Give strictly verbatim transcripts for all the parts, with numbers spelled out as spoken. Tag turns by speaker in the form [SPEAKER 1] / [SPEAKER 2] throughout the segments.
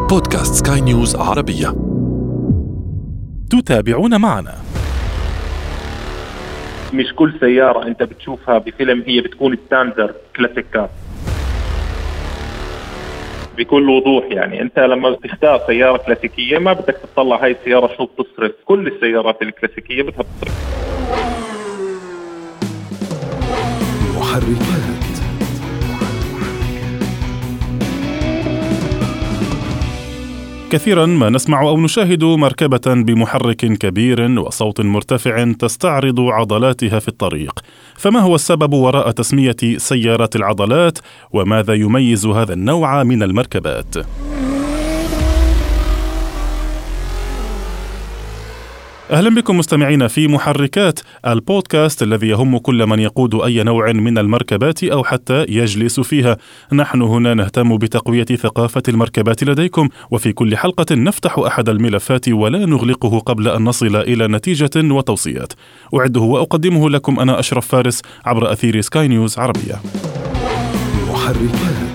[SPEAKER 1] بودكاست سكاي نيوز عربية.
[SPEAKER 2] تتابعون معنا.
[SPEAKER 3] مش كل سيارة أنت بتشوفها بفيلم هي بتكون ستاندرد كلاسيك كار بكل وضوح. يعني أنت لما تختار سيارة كلاسيكية ما بدك تطلع هاي السيارة شو بتصرف، كل السيارات الكلاسيكية بدها تصرف.
[SPEAKER 1] محركات.
[SPEAKER 2] كثيرا ما نسمع أو نشاهد مركبة بمحرك كبير وصوت مرتفع تستعرض عضلاتها في الطريق، فما هو السبب وراء تسمية سيارات العضلات؟ وماذا يميز هذا النوع من المركبات؟ أهلا بكم مستمعين في محركات، البودكاست الذي يهم كل من يقود أي نوع من المركبات أو حتى يجلس فيها. نحن هنا نهتم بتقوية ثقافة المركبات لديكم، وفي كل حلقة نفتح أحد الملفات ولا نغلقه قبل أن نصل إلى نتيجة وتوصيات. أعده وأقدمه لكم أنا أشرف فارس عبر أثير سكاي نيوز عربية.
[SPEAKER 1] محركات.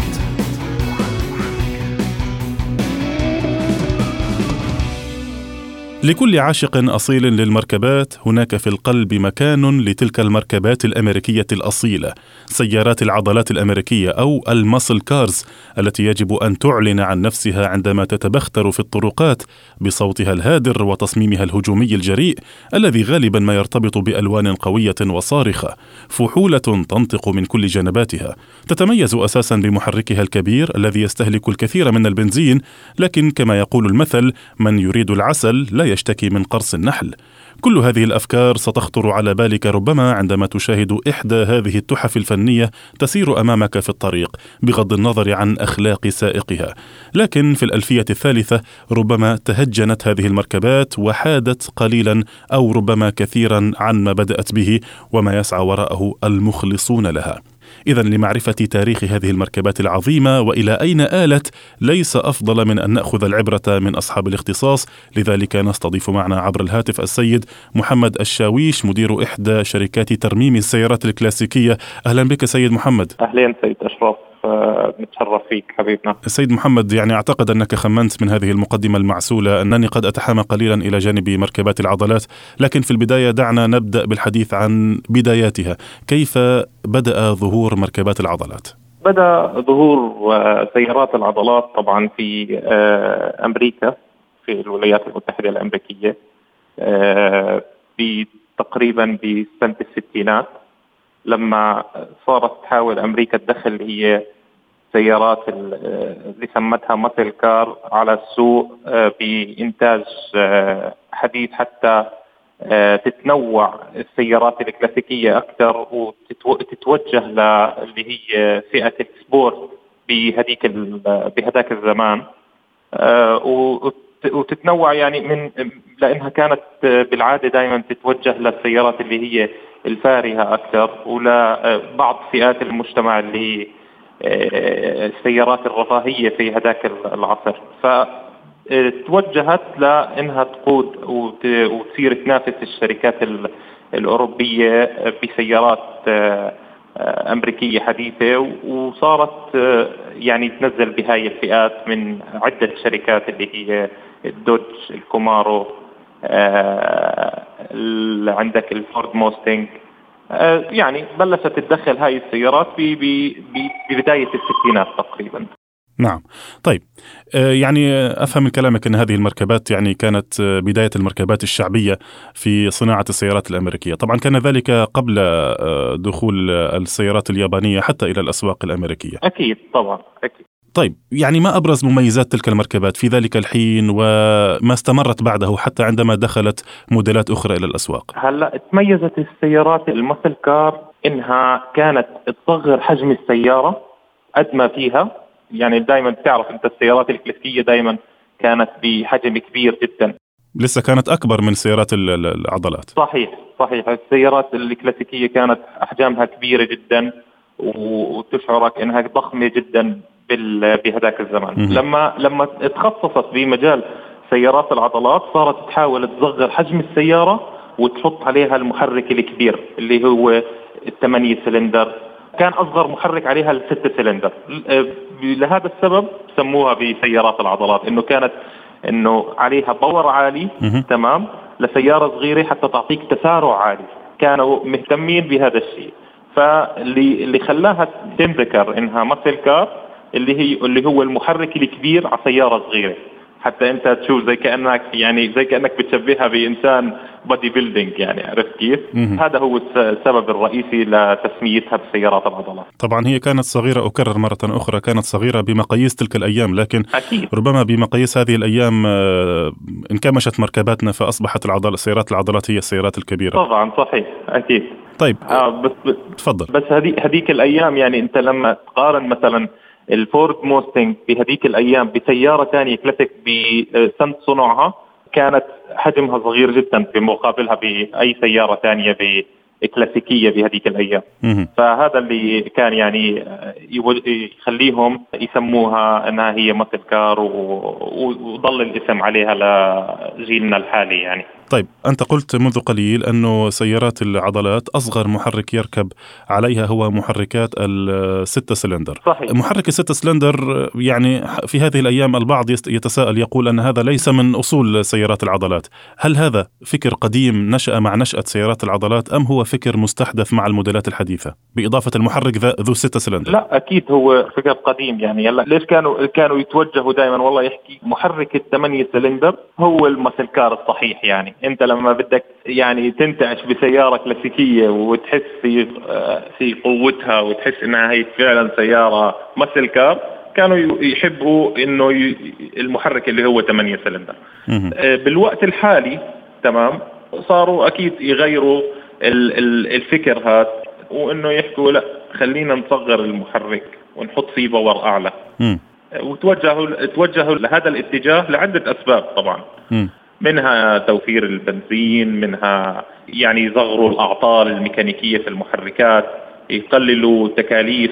[SPEAKER 2] لكل عاشق أصيل للمركبات هناك في القلب مكان لتلك المركبات الأمريكية الأصيلة، سيارات العضلات الأمريكية أو الماسل كارز، التي يجب أن تعلن عن نفسها عندما تتبختر في الطرقات بصوتها الهادر وتصميمها الهجومي الجريء الذي غالبا ما يرتبط بألوان قوية وصارخة، فحولة تنطق من كل جنباتها. تتميز أساسا بمحركها الكبير الذي يستهلك الكثير من البنزين، لكن كما يقول المثل: من يريد العسل لا يشتكي من قرص النحل. كل هذه الأفكار ستخطر على بالك ربما عندما تشاهد إحدى هذه التحف الفنية تسير أمامك في الطريق، بغض النظر عن أخلاق سائقها. لكن في الألفية الثالثة ربما تهجنت هذه المركبات وحادت قليلا أو ربما كثيرا عن ما بدأت به وما يسعى وراءه المخلصون لها. إذن لمعرفة تاريخ هذه المركبات العظيمة وإلى أين آلت، ليس أفضل من أن نأخذ العبرة من أصحاب الاختصاص. لذلك نستضيف معنا عبر الهاتف السيد محمد الشاويش، مدير إحدى شركات ترميم السيارات الكلاسيكية. أهلا بك سيد محمد.
[SPEAKER 3] أهلا سيد أشرف، نتشرف فيك حبيبنا.
[SPEAKER 2] سيد محمد، يعني أعتقد أنك خمنت من هذه المقدمة المعسولة أنني قد أتحامى قليلا إلى جانب مركبات العضلات، لكن في البداية دعنا نبدأ بالحديث عن بداياتها. كيف بدأ ظهور مركبات العضلات؟
[SPEAKER 3] بدأ ظهور سيارات العضلات طبعا في أمريكا، في الولايات المتحدة الأمريكية، تقريبا بسنة الستينات، لما صارت تحاول أمريكا تدخل هي سيارات اللي سمتها ماسل كار على السوق بإنتاج حديث حتى تتنوع السيارات الكلاسيكية أكثر وتتوجه للي هي فئة السبورت بهديك بهداك الزمان، وتتنوع يعني من لأنها كانت بالعادة دائما تتوجه للسيارات اللي هي الفارهة أكثر، ولا بعض فئات المجتمع اللي هي السيارات الرفاهية في هذاك العصر. فتوجهت لأنها تقود وتصير تنافس الشركات الأوروبية بسيارات أمريكية حديثة، وصارت يعني تنزل بهاي الفئات من عدة شركات اللي هي الدوج، الكومارو، عندك الفورد موستنج. يعني بلشت تدخل هاي السيارات ببداية الستينات تقريبا.
[SPEAKER 2] نعم. طيب، يعني أفهم من كلامك أن هذه المركبات يعني كانت بداية المركبات الشعبية في صناعة السيارات الأمريكية. طبعا كان ذلك قبل دخول السيارات اليابانية حتى إلى الأسواق الأمريكية.
[SPEAKER 3] أكيد طبعا أكيد.
[SPEAKER 2] طيب، يعني ما أبرز مميزات تلك المركبات في ذلك الحين وما استمرت بعده حتى عندما دخلت موديلات أخرى إلى الأسواق؟
[SPEAKER 3] هلأ تميزت السيارات الماسل كار إنها كانت تصغر حجم السيارة قد ما فيها. يعني دائما تعرف أنت السيارات الكلاسيكية دائما كانت بحجم كبير جدا،
[SPEAKER 2] لسه كانت أكبر من سيارات العضلات.
[SPEAKER 3] صحيح صحيح. السيارات الكلاسيكية كانت أحجامها كبيرة جدا وتشعرك إنها ضخمة جدا بهذاك الزمان. م- لما لما تخصصت بمجال سيارات العضلات صارت تحاول تصغر حجم السيارة وتحط عليها المحرك الكبير اللي هو الثمانية سلندر. كان أصغر محرك عليها الستة سلندر. لهذا السبب سموها بسيارات العضلات، إنه كانت إنه عليها باور عالي تمام لسيارة صغيرة حتى تعطيك تسارع عالي. كانوا مهتمين بهذا الشيء، فاللي اللي خلاها تنذكر إنها ماسل كار اللي هي اللي هو المحرك الكبير على سيارة صغيرة. حتى أنت تشوف زي كأنك يعني زي كأنك بتشبهها بإنسان بودي بيلدينج، يعني عرفت كيف؟ هذا هو السبب الرئيسي لتسميتها بسيارات العضلات.
[SPEAKER 2] طبعا هي كانت صغيرة، أكرر مرة أخرى، كانت صغيرة بمقاييس تلك الأيام، لكن
[SPEAKER 3] أكيد.
[SPEAKER 2] ربما بمقاييس هذه الأيام انكمشت مركباتنا فأصبحت العضلات السيارات العضلات هي السيارات الكبيرة.
[SPEAKER 3] طبعا صحيح أكيد.
[SPEAKER 2] طيب
[SPEAKER 3] آه بس
[SPEAKER 2] تفضل.
[SPEAKER 3] بس هذه هذيك الأيام يعني أنت لما تقارن مثلا الفورد موستنج بهذيك الأيام بسيارة ثانية كلاسيك بسنة صنعها، كانت حجمها صغير جدا بمقابلها بأي سيارة ثانية كلاسيكية بهذيك الأيام. فهذا اللي كان يعني يخليهم يسموها أنها هي ماسل كار، وظل الاسم عليها لجيلنا الحالي يعني.
[SPEAKER 2] طيب أنت قلت منذ قليل أنه سيارات العضلات أصغر محرك يركب عليها هو محركات الستة سلندر.
[SPEAKER 3] صحيح.
[SPEAKER 2] محرك الستة سلندر يعني في هذه الأيام البعض يتساءل يقول أن هذا ليس من أصول سيارات العضلات. هل هذا فكر قديم نشأ مع نشأة سيارات العضلات، أم هو فكر مستحدث مع الموديلات الحديثة بإضافة المحرك ذو ستة سلندر؟
[SPEAKER 3] لا أكيد هو فكر قديم يعني. يلا ليش كانوا كانوا يتوجهوا دائما والله يحكي محرك الثمانية سلندر هو المسل كار الصحيح. يعني أنت لما بدك يعني تنتعش بسيارة كلاسيكية وتحس في في قوتها وتحس إنها هي فعلا سيارة مسل كار، كانوا يحبوا إنه المحرك اللي هو ثمانية سلندر. بالوقت الحالي تمام صاروا أكيد يغيروا الفكر هذا، وإنه يحكوا لا خلينا نصغر المحرك ونحط فيه باور أعلى. م. وتوجهوا توجهوا لهذا الاتجاه لعدة أسباب طبعا. م. منها توفير البنزين، منها يعني يصغروا الأعطال الميكانيكية في المحركات، يقللوا تكاليف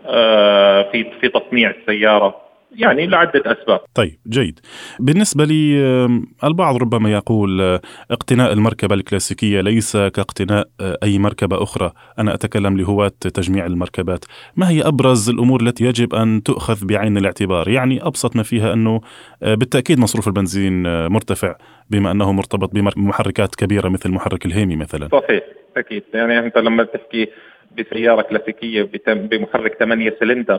[SPEAKER 3] في في تصنيع السيارة، يعني لعدة أسباب.
[SPEAKER 2] طيب جيد. بالنسبة لي البعض ربما يقول اقتناء المركبة الكلاسيكية ليس كاقتناء أي مركبة أخرى. أنا أتكلم لهواة تجميع المركبات. ما هي أبرز الأمور التي يجب أن تؤخذ بعين الاعتبار؟ يعني أبسط ما فيها أنه بالتأكيد مصروف البنزين مرتفع بما أنه مرتبط بمحركات كبيرة مثل محرك الهيمي مثلا.
[SPEAKER 3] صحيح أكيد. يعني أنت لما تحكي بسيارة كلاسيكية بمحرك ثمانية سلندر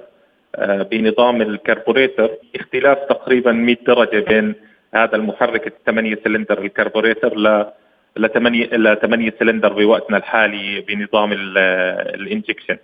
[SPEAKER 3] بنظام الكربوريتر، اختلاف تقريبا مئة درجة بين هذا المحرك الثمانية سلندر الكربوريتر ل لثمانية لثمانية سلندر بوقتنا الحالي بنظام الانجكشن.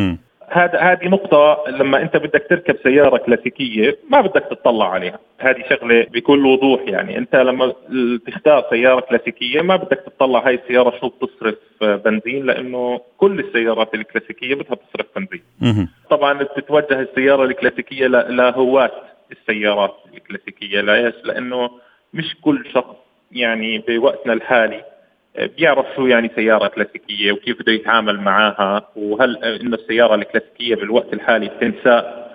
[SPEAKER 3] هذا هذه نقطة لما أنت بدك تركب سيارة كلاسيكية ما بدك تطلع عليها. هذه شغلة بكل وضوح. يعني أنت لما تختار سيارة كلاسيكية ما بدك تطلع هاي السيارة شو بتصرف بنزين، لأنه كل السيارات الكلاسيكية بدها تصرف بنزين. طبعا بتتوجه السيارة الكلاسيكية لهواة السيارات الكلاسيكية. ليش؟ لأنه مش كل شخص يعني بوقتنا الحالي بيعرف شو يعني سيارة كلاسيكية وكيف بده يتعامل معاها، وهل إنه السيارة الكلاسيكية بالوقت الحالي بتنساق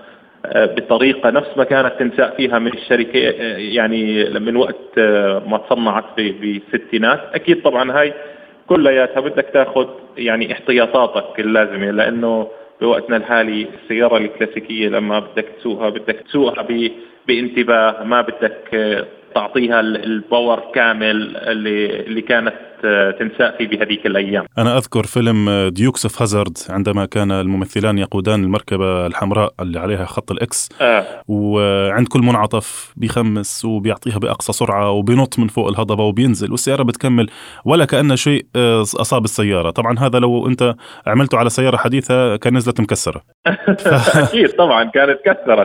[SPEAKER 3] بطريقة نفس ما كانت تنساق فيها من الشركة يعني من وقت ما تصنعت بالستينات. أكيد طبعا هاي كلياتها بدك تاخد يعني احتياطاتك اللازمة، لأنه بوقتنا الحالي السيارة الكلاسيكية لما بدك تسوقها بدك تسوقها بانتباه، ما بدك تعطيها الباور كامل اللي اللي كانت تنساق فيه بهذيك الأيام.
[SPEAKER 2] أنا أذكر فيلم ديوكس اوف هازارد عندما كان الممثلان يقودان المركبة الحمراء اللي عليها خط الإكس، آه. وعند كل منعطف بيخمس وبيعطيها بأقصى سرعة وبينط من فوق الهضبة وبينزل والسيارة بتكمل ولا كأن شيء أصاب السيارة. طبعا هذا لو أنت عملته على سيارة حديثة كان نزلت مكسرة.
[SPEAKER 3] أكيد طبعا كانت كسرت.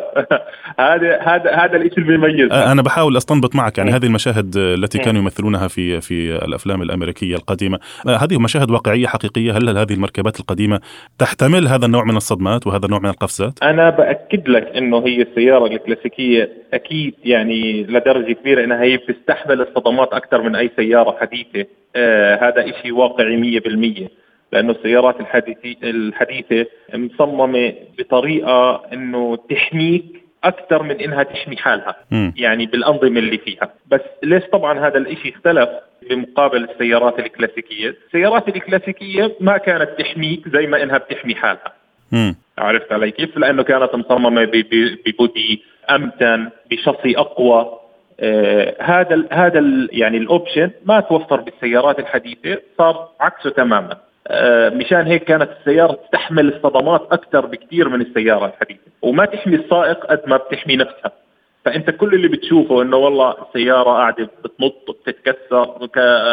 [SPEAKER 3] هذا هذا هذا الشيء اللي بيميز.
[SPEAKER 2] أنا بحاول أستنبط معك يعني هذه المشاهد التي كانوا يمثلونها في في الأفلام الأمريكية القديمة، هذه مشاهد واقعية حقيقية؟ هل هذه المركبات القديمة تحتمل هذا النوع من الصدمات وهذا النوع من القفزات؟
[SPEAKER 3] أنا بأكد لك إنه هي السيارة الكلاسيكية أكيد يعني لدرجة كبيرة إنها هي بتستحمل الصدمات أكثر من أي سيارة حديثة. آه هذا إشي واقعي مية بالمية، لأنه السيارات الحديثة مصممة بطريقة إنه تحميك أكثر من إنها تحمي حالها. م. يعني بالأنظمة اللي فيها. بس ليش طبعا هذا الإشي اختلف بمقابل السيارات الكلاسيكية؟ السيارات الكلاسيكية ما كانت تحميك زي ما إنها بتحمي حالها.
[SPEAKER 2] مم.
[SPEAKER 3] عرفت علي كيف؟ لأنه كانت مصممة ببودي أمتن بشاصي أقوى. آه هذا ال هذا ال يعني الأوبشن ما توفر بالسيارات الحديثة، صار عكسه تماما. آه مشان هيك كانت السيارة تحمل الصدمات أكثر بكثير من السيارة الحديثة، وما تحمي السائق قد ما بتحمي نفسها. فأنت كل اللي بتشوفه إنه والله السيارة قاعدة بتنط بتتكسر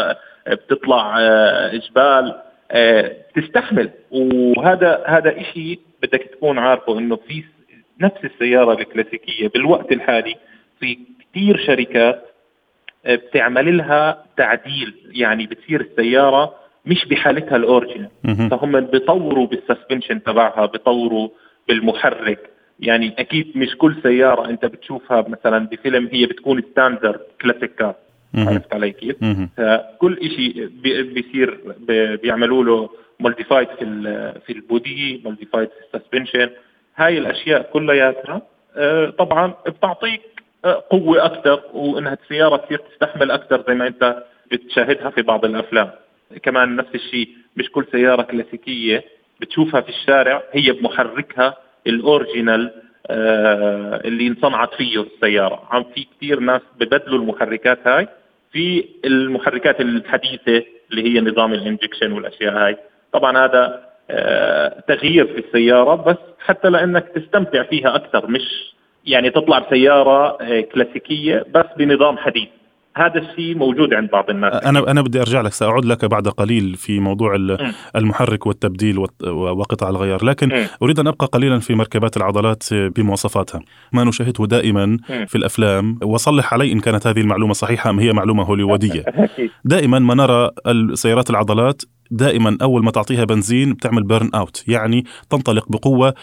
[SPEAKER 3] بتطلع آه جبال، آه تستحمل. وهذا هذا إشي بدك تكون عارفه، إنه في نفس السيارة الكلاسيكية بالوقت الحالي في كتير شركات بتعمل لها تعديل، يعني بتصير السيارة مش بحالتها الأوريجينال، فهم بيطوروا بالسسبنشن تبعها، بيطوروا بالمحرك. يعني أكيد مش كل سيارة أنت بتشوفها مثلا بفيلم هي بتكون ستاندرد كلاسيك كار. عرفت علي كيف؟ فكل إشي بيصير بيعملوا له موديفايد في في البودي، موديفايد في السسبنشن. هاي الأشياء كلها طبعا بتعطيك قوة أكثر، وإنها السيارة تصير تستحمل أكثر زي ما أنت بتشاهدها في بعض الأفلام. كمان نفس الشيء، مش كل سيارة كلاسيكية بتشوفها في الشارع هي بمحركها الأوريجينال اللي انصنعت فيه السيارة. عم في كتير ناس ببدلوا المحركات هاي في المحركات الحديثة اللي هي نظام الانجكشن والأشياء هاي. طبعا هذا تغيير في السيارة بس حتى لأنك تستمتع فيها أكثر، مش يعني تطلع بسيارة كلاسيكية بس بنظام حديث. هذا الشيء موجود عند بعض الناس.
[SPEAKER 2] أنا أنا بدي أرجع لك، سأعود لك بعد قليل في موضوع المحرك والتبديل وقطع الغيار، لكن م. أريد أن أبقى قليلا في مركبات العضلات بمواصفاتها. ما نشاهده دائما م. في الأفلام، وصلح علي إن كانت هذه المعلومة صحيحة أم هي معلومة هوليوودية. دائما ما نرى السيارات العضلات دائما أول ما تعطيها بنزين بتعمل بيرن أوت، يعني تنطلق بقوة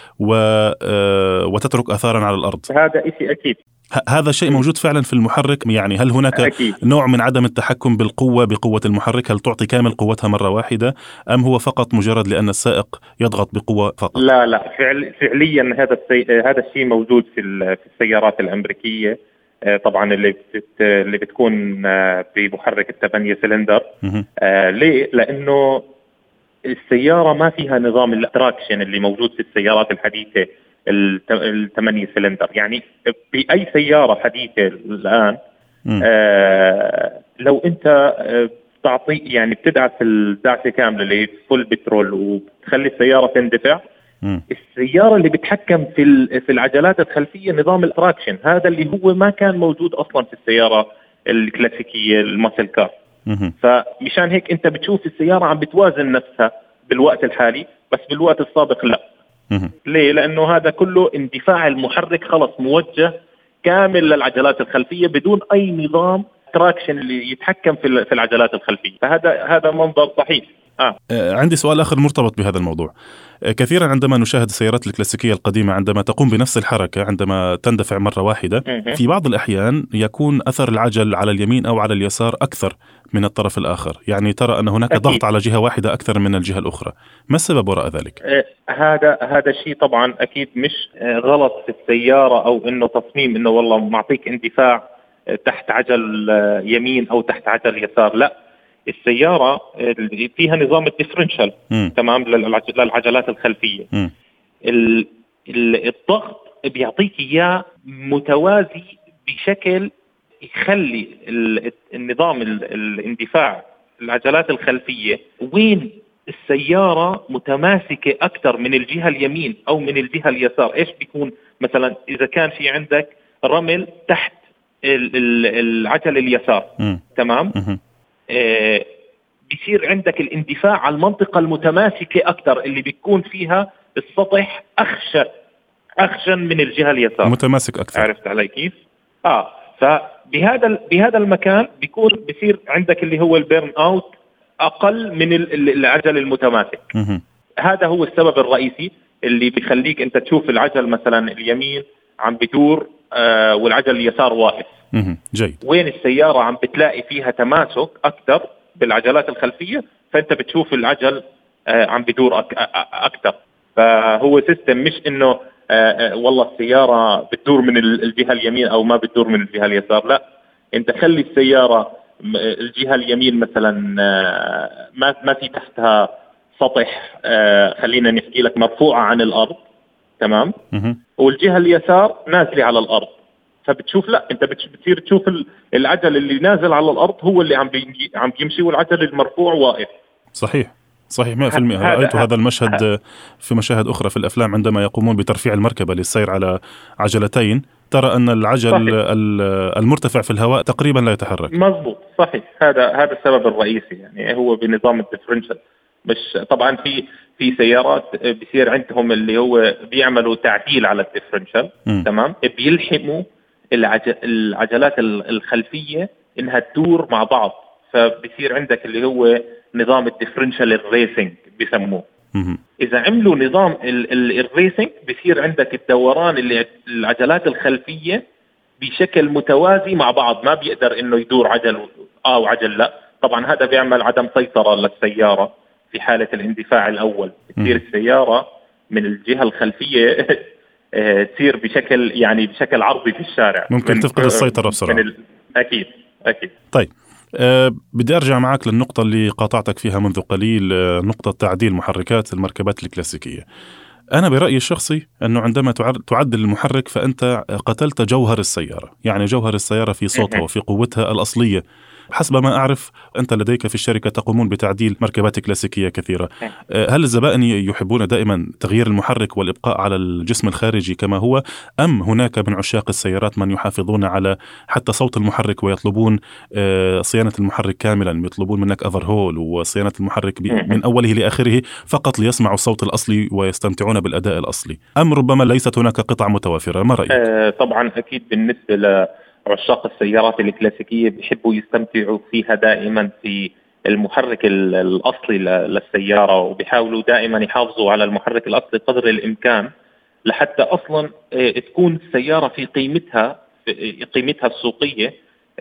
[SPEAKER 2] وتترك أثارا على الأرض.
[SPEAKER 3] هذا إشي أكيد.
[SPEAKER 2] هذا الشيء موجود فعلا في المحرك؟ يعني هل هناك أكيد نوع من عدم التحكم بالقوة بقوة المحرك؟ هل تعطي كامل قوتها مرة واحدة أم هو فقط مجرد لأن السائق يضغط بقوة فقط؟
[SPEAKER 3] لا لا فعل فعليا هذا السي... هذا الشيء موجود في في السيارات الأمريكية طبعا اللي بت... اللي بتكون بمحرك الثمانية سلندر. آه ليه؟ لأنه السيارة ما فيها نظام التراكشن اللي موجود في السيارات الحديثة الثمانية سلندر. يعني بأي سيارة حديثة الآن آه لو أنت آه تعطي يعني بتدعس الدعسة كاملة اللي فول بترول وبتخلي السيارة تندفع، م. السيارة اللي بتحكم في في العجلات الخلفية نظام التراكشن، هذا اللي هو ما كان موجود أصلا في السيارة الكلاسيكية الماسل كار. فمشان هيك أنت بتشوف السيارة عم بتوازن نفسها بالوقت الحالي، بس بالوقت السابق لا. ليه؟ لأنه هذا كله اندفاع المحرك خلص موجه كامل للعجلات الخلفية بدون أي نظام تراكشن اللي يتحكم في في العجلات الخلفية. فهذا هذا منظر صحيح.
[SPEAKER 2] آه. عندي سؤال آخر مرتبط بهذا الموضوع. كثيرا عندما نشاهد السيارات الكلاسيكية القديمة عندما تقوم بنفس الحركة عندما تندفع مرة واحدة، في بعض الأحيان يكون أثر العجل على اليمين أو على اليسار أكثر من الطرف الآخر، يعني ترى أن هناك أكيد. ضغط على جهة واحدة أكثر من الجهة الأخرى. ما السبب وراء ذلك؟
[SPEAKER 3] آه هذا هذا الشيء طبعا أكيد مش آه غلط في السيارة أو إنه تصميم إنه والله معطيك اندفاع آه تحت عجل آه يمين أو تحت عجل يسار. لا، السيارة فيها نظام الديفرنشال تمام للعجلات الخلفية. الضغط بيعطيك إياه متوازي بشكل يخلي النظام الاندفاع العجلات الخلفية وين السيارة متماسكة أكثر من الجهة اليمين أو من الجهة اليسار. إيش بيكون مثلا إذا كان في عندك رمل تحت العجل اليسار م. تمام م. آه بيصير عندك الاندفاع على المنطقة المتماسكة أكثر اللي بيكون فيها السطح أخشن أخشن من الجهة اليسار،
[SPEAKER 2] متماسك أكثر.
[SPEAKER 3] عرفت علي كيف؟ آه فبهذا بهذا المكان بيكون بيصير عندك اللي هو البيرن أوت أقل من العجل المتماسك. م- هذا هو السبب الرئيسي اللي بيخليك أنت تشوف العجل مثلا اليمين عم بدور آه والعجل اليسار واقف.
[SPEAKER 2] جيد.
[SPEAKER 3] وين السيارة عم بتلاقي فيها تماسك أكثر بالعجلات الخلفية فأنت بتشوف العجل آه عم بدور أك أكثر. فهو سيستم، مش إنه آه آه والله السيارة بتدور من الجهة اليمين أو ما بتدور من الجهة اليسار. لا، أنت خلي السيارة الجهة اليمين مثلا آه ما ما في تحتها سطح آه خلينا نحكي لك مرفوعة عن الأرض، تمام،
[SPEAKER 2] مه.
[SPEAKER 3] والجهة اليسار نازلة على الأرض. فبتشوف لا أنت بتصير تشوف العجل اللي نازل على الأرض هو اللي عم بيمشي عم بيمشي والعجل المرفوع واقف.
[SPEAKER 2] صحيح صحيح مئة بالمئة. رأيت هذا المشهد في مشاهد أخرى في الأفلام عندما يقومون بترفيع المركبة للسير على عجلتين، ترى أن العجل صحيح. المرتفع في الهواء تقريبا لا يتحرك.
[SPEAKER 3] مضبوط صحيح. هذا هذا السبب الرئيسي، يعني هو بنظام الديفرنشال. مش طبعا في في سيارات بيصير عندهم اللي هو بيعملوا تعديل على الديفرنشال، تمام، بيلحموا العجل العجلات الخلفية إنها تدور مع بعض، فبيصير عندك اللي هو نظام الديفرنشال الريسنج بيسموه. إذا عملوا نظام الريسنج بيصير عندك الدوران اللي العجلات الخلفية بشكل متوازي مع بعض، ما بيقدر إنه يدور عجل آه وعجل لا. طبعا هذا بيعمل عدم سيطرة للسيارة في حالة الاندفاع الأول. تصير السيارة من الجهة الخلفية تصير بشكل يعني بشكل عرضي في الشارع،
[SPEAKER 2] ممكن تفقد السيطرة بسرعة.
[SPEAKER 3] أكيد أكيد.
[SPEAKER 2] طيب أه بدي أرجع معك للنقطة اللي قاطعتك فيها منذ قليل، أه نقطة تعديل محركات المركبات الكلاسيكية. أنا برأيي الشخصي أنه عندما تعدل المحرك فأنت قتلت جوهر السيارة، يعني جوهر السيارة في صوتها وفي قوتها الأصلية. حسب ما أعرف أنت لديك في الشركة تقومون بتعديل مركبات كلاسيكية كثيرة. هل الزبائن يحبون دائما تغيير المحرك والإبقاء على الجسم الخارجي كما هو، أم هناك من عشاق السيارات من يحافظون على حتى صوت المحرك ويطلبون صيانة المحرك كاملا، يطلبون منك أفرهول وصيانة المحرك من أوله لآخره فقط ليسمعوا الصوت الأصلي ويستمتعون بالأداء الأصلي، أم ربما ليست هناك قطع متوافرة؟ ما رأيك؟
[SPEAKER 3] آه طبعا أكيد بالنسبة ل عشاق السيارات الكلاسيكية بيحبوا يستمتعوا فيها دائما في المحرك الأصلي للسيارة، وبيحاولوا دائما يحافظوا على المحرك الأصلي قدر الإمكان لحتى أصلا تكون السيارة في قيمتها في قيمتها السوقية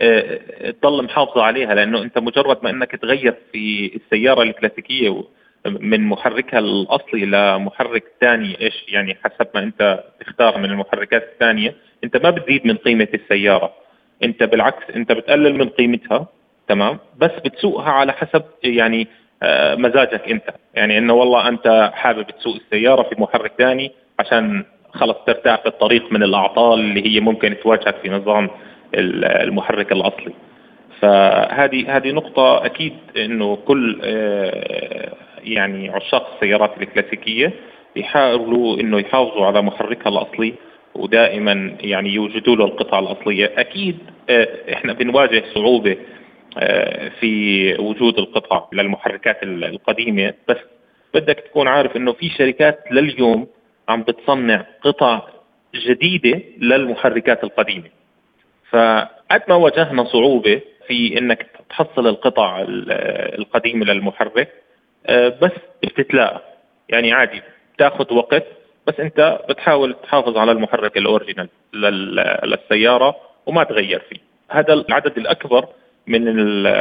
[SPEAKER 3] تضل محافظة عليها. لأنه أنت مجرد ما أنك تغير في السيارة الكلاسيكية من محركها الأصلي لمحرك ثاني، إيش يعني حسب ما أنت تختار من المحركات الثانية، أنت ما بتزيد من قيمة السيارة، أنت بالعكس أنت بتقلل من قيمتها، تمام، بس بتسوقها على حسب يعني آه مزاجك أنت. يعني إنه والله أنت حابب تسوق السيارة في محرك ثاني عشان خلص ترتاح في الطريق من الأعطال اللي هي ممكن تواجهك في نظام المحرك الأصلي. فهذه هذه نقطة أكيد إنه كل آه يعني عشاق السيارات الكلاسيكية يحاولوا إنه يحافظوا على محركها الأصلي ودائما يعني يوجدوا له القطع الأصلية. أكيد إحنا بنواجه صعوبة في وجود القطع للمحركات القديمة، بس بدك تكون عارف إنه في شركات لليوم عم بتصنع قطع جديدة للمحركات القديمة. فقد ما واجهنا صعوبة في إنك تحصل القطع القديمة للمحرك، بس بتتلاقى يعني عادي بتاخد وقت، بس انت بتحاول تحافظ على المحرك الاوريجينال للسيارة وما تغير فيه. هذا العدد الأكبر من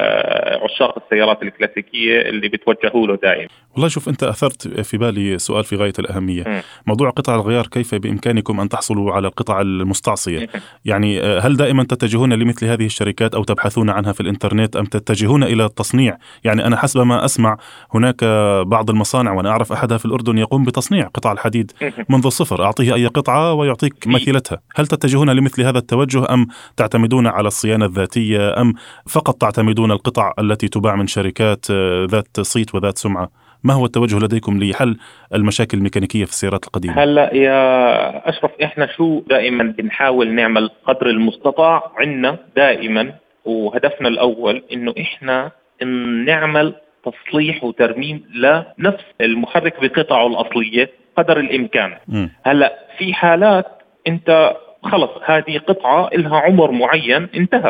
[SPEAKER 3] عشاق السيارات الكلاسيكية اللي بتوجهوا له دائما.
[SPEAKER 2] والله شوف أنت أثرت في بالي سؤال في غاية الأهمية. م. موضوع قطع الغيار، كيف بإمكانكم أن تحصلوا على القطع المستعصية؟ م. يعني هل دائما تتجهون لمثل هذه الشركات أو تبحثون عنها في الإنترنت أم تتجهون إلى التصنيع؟ يعني أنا حسب ما أسمع هناك بعض المصانع، وأنا أعرف أحدها في الأردن يقوم بتصنيع قطع الحديد منذ الصفر، أعطيه أي قطعة ويعطيك مثيلتها. هل تتجهون لمثل هذا التوجه أم تعتمدون على الصيانة الذاتية، أم فقط تعتمدون القطع التي تباع من شركات ذات صيت وذات سمعة؟ ما هو التوجه لديكم لحل المشاكل الميكانيكية في السيارات القديمة؟
[SPEAKER 3] هلا يا أشرف، إحنا شو دائما بنحاول نعمل قدر المستطاع عنا دائما، وهدفنا الأول إنه إحنا نعمل تصليح وترميم لنفس المحرك بقطعه الأصلية قدر الإمكان. م. هلا في حالات أنت خلص هذه قطعة لها عمر معين انتهى،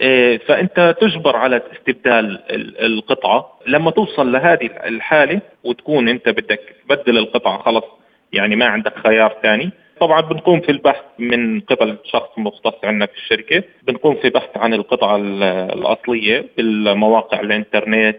[SPEAKER 3] فأنت تجبر على استبدال القطعة لما توصل لهذه الحالة وتكون أنت بدك تبدل القطعة خلص، يعني ما عندك خيار ثاني. طبعا بنقوم في البحث من قبل شخص مختص عندنا في الشركة، بنقوم في بحث عن القطعة الأصلية بالمواقع الإنترنت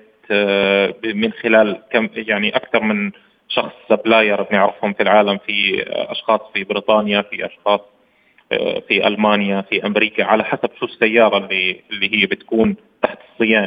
[SPEAKER 3] من خلال كم يعني أكثر من شخص سبلاير بنعرفهم في العالم، في أشخاص في بريطانيا، في أشخاص في ألمانيا، في أمريكا، على حسب شو السيارة اللي اللي هي بتكون تحت الصيانة.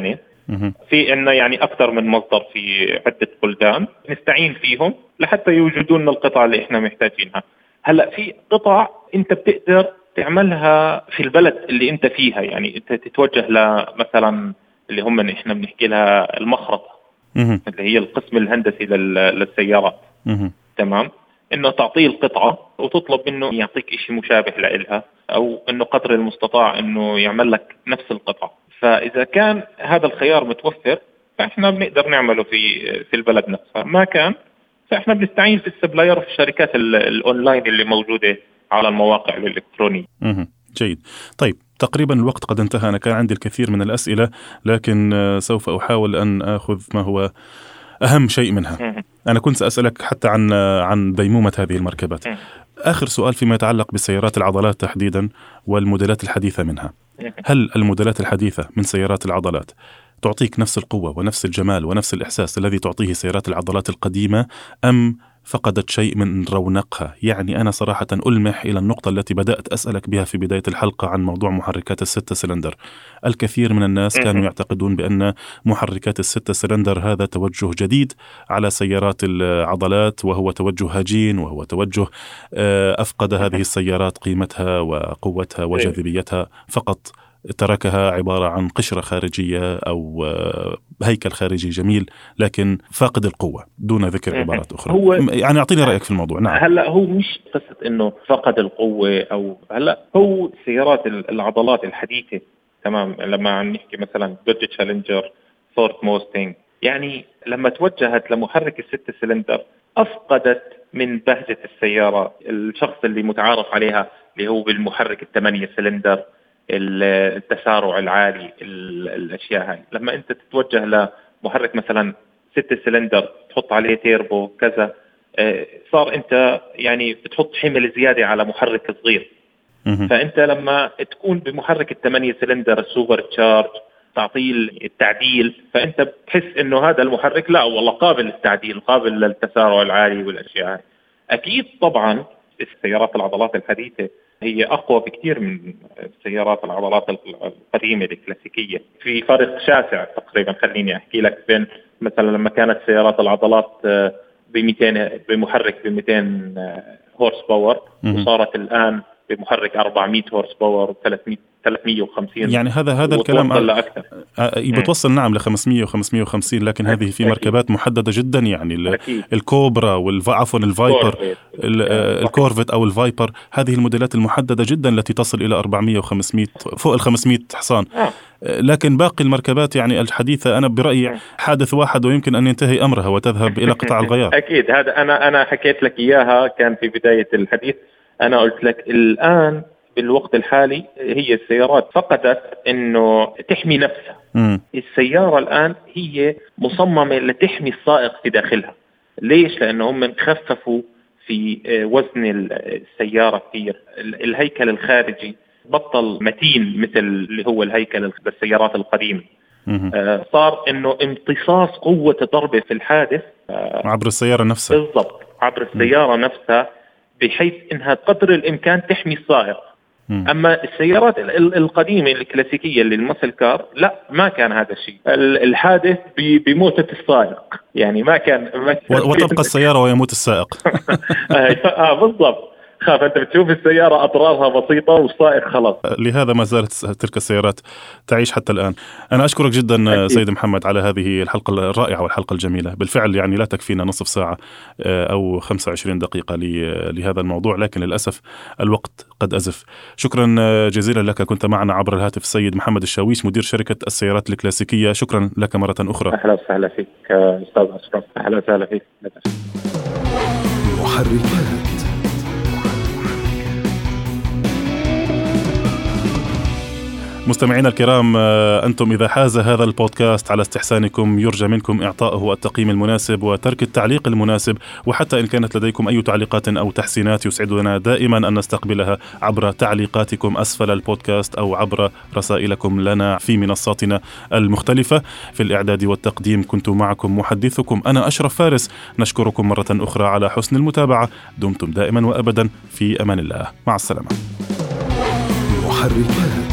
[SPEAKER 3] في إنه يعني أكثر من مصدر في عدة بلدان نستعين فيهم لحتى يوجدوا لنا القطع اللي إحنا محتاجينها. هلأ في قطع أنت بتقدر تعملها في البلد اللي أنت فيها، يعني أنت تتوجه لمثلا اللي هم إحنا بنحكي لها المخرطة اللي هي القسم الهندسي للسيارات. تمام، إنه تعطيه القطعة وتطلب منه يعطيك إشي مشابه لإلها، أو إنه قدر المستطاع إنه يعمل لك نفس القطعة. فإذا كان هذا الخيار متوفر فإحنا بنقدر نعمله في في البلد نفسها. ما كان فإحنا بنستعين في السبلاير في الشركات الأونلاين اللي موجودة على المواقع الإلكترونية.
[SPEAKER 2] جيد. طيب تقريبا الوقت قد انتهى. أنا كان عندي الكثير من الأسئلة لكن سوف أحاول أن أخذ ما هو أهم شيء منها. أنا كنت سأسألك حتى عن عن ديمومة هذه المركبات. آخر سؤال فيما يتعلق بالسيارات العضلات تحديدا والموديلات الحديثة منها. هل الموديلات الحديثة من سيارات العضلات تعطيك نفس القوة ونفس الجمال ونفس الإحساس الذي تعطيه سيارات العضلات القديمة، أم فقدت شيء من رونقها؟ يعني أنا صراحة ألمح إلى النقطة التي بدأت أسألك بها في بداية الحلقة عن موضوع محركات الستة سلندر. الكثير من الناس كانوا يعتقدون بأن محركات الستة سلندر هذا توجه جديد على سيارات العضلات، وهو توجه هجين، وهو توجه أفقد هذه السيارات قيمتها وقوتها وجاذبيتها، فقط تركها عبارة عن قشرة خارجية أو هيكل خارجي جميل لكن فاقد القوة دون ذكر عبارات أخرى. هو يعني أعطيني رأيك في الموضوع. نعم.
[SPEAKER 3] هلأ هو مش قصة إنه فقد القوة أو هلأ هو سيارات العضلات الحديثة. تمام، لما عم نحكي مثلا دوج تشالنجر، فورد موستنج، يعني لما توجهت لمحرك الستة سلندر أفقدت من بهجة السيارة. الشخص اللي متعارف عليها اللي هو بالمحرك الثمانية سلندر، التسارع العالي، الأشياء هاي، لما أنت تتوجه لمحرك مثلا ستة سلندر تحط عليه تيربو كذا، صار أنت يعني بتحط حمل زيادة على محرك صغير. فأنت لما تكون بمحرك الثمانية سلندر السوبر تشارج تعطيه التعديل، فأنت بتحس إنه هذا المحرك لا والله قابل للتعديل، قابل للتسارع العالي والأشياء هاي. أكيد طبعا السيارات العضلات الحديثة هي أقوى بكثير من سيارات العضلات القديمة الكلاسيكية. في فرق شاسع تقريبا، خليني أحكي لك، بين مثلا لما كانت سيارات العضلات بمئتين بمحرك بمئتين هورس باور، وصارت الآن بمحرك أربعمئة هورس باور وثلاثمئة وخمسين.
[SPEAKER 2] يعني هذا هذا الكلام بتوصل نعم ل خمسمئة وخمسمئة وخمسين، لكن أكيد. هذه في مركبات محددة جدا، يعني الكوبرا والعفوا الفايبر، الكورفت أو الفايبر، هذه الموديلات المحددة جدا التي تصل إلى أربعمئة وخمسمئة فوق ال خمسمئة حصان. آه. لكن باقي المركبات يعني الحديثة أنا برأيي حادث واحد ويمكن أن ينتهي أمرها وتذهب إلى قطع الغيار.
[SPEAKER 3] أكيد، هذا أنا أنا حكيت لك إياها كان في بداية الحديث. أنا قلت لك الآن بالوقت الحالي هي السيارات فقدت إنه تحمي نفسها. م. السيارة الآن هي مصممة لتحمي السائق في داخلها. ليش؟ لأنه هم خففوا في وزن السيارة كثير. الهيكل الخارجي بطل متين مثل اللي هو الهيكل بالسيارات القديمة. آه صار إنه امتصاص قوة ضربة في الحادث آه
[SPEAKER 2] عبر السيارة نفسها.
[SPEAKER 3] بالضبط، عبر السيارة م. نفسها، بحيث إنها قدر الإمكان تحمي السائق. م. أما السيارات القديمة الكلاسيكية اللي المسل كار لا، ما كان هذا الشيء. الحادث بموتة السائق، يعني ما كان, ما كان
[SPEAKER 2] وتبقى السيارة ويموت السائق.
[SPEAKER 3] آه بالضبط. خاف أنت بتشوف السيارة أضرارها بسيطة والسائق خلاص.
[SPEAKER 2] لهذا ما زالت تلك السيارات تعيش حتى الآن. أنا أشكرك جدا أكيد. سيد محمد على هذه الحلقة الرائعة والحلقة الجميلة. بالفعل يعني لا تكفينا نصف ساعة أو خمسة وعشرين دقيقة لهذا الموضوع، لكن للأسف الوقت قد أزف. شكرا جزيلا لك. كنت معنا عبر الهاتف السيد محمد الشاويش، مدير شركة السيارات الكلاسيكية. شكرا لك مرة أخرى.
[SPEAKER 3] أهلا وسهلا فيك أستاذ أشرف. أهلا وسهلا فيك.
[SPEAKER 2] محركات. مستمعينا الكرام، أنتم إذا حاز هذا البودكاست على استحسانكم يرجى منكم إعطائه التقييم المناسب وترك التعليق المناسب، وحتى إن كانت لديكم أي تعليقات أو تحسينات يسعدنا دائما أن نستقبلها عبر تعليقاتكم أسفل البودكاست أو عبر رسائلكم لنا في منصاتنا المختلفة. في الإعداد والتقديم كنت معكم محدثكم أنا أشرف فارس. نشكركم مرة أخرى على حسن المتابعة. دمتم دائما وأبدا في أمان الله. مع السلامة. محركات.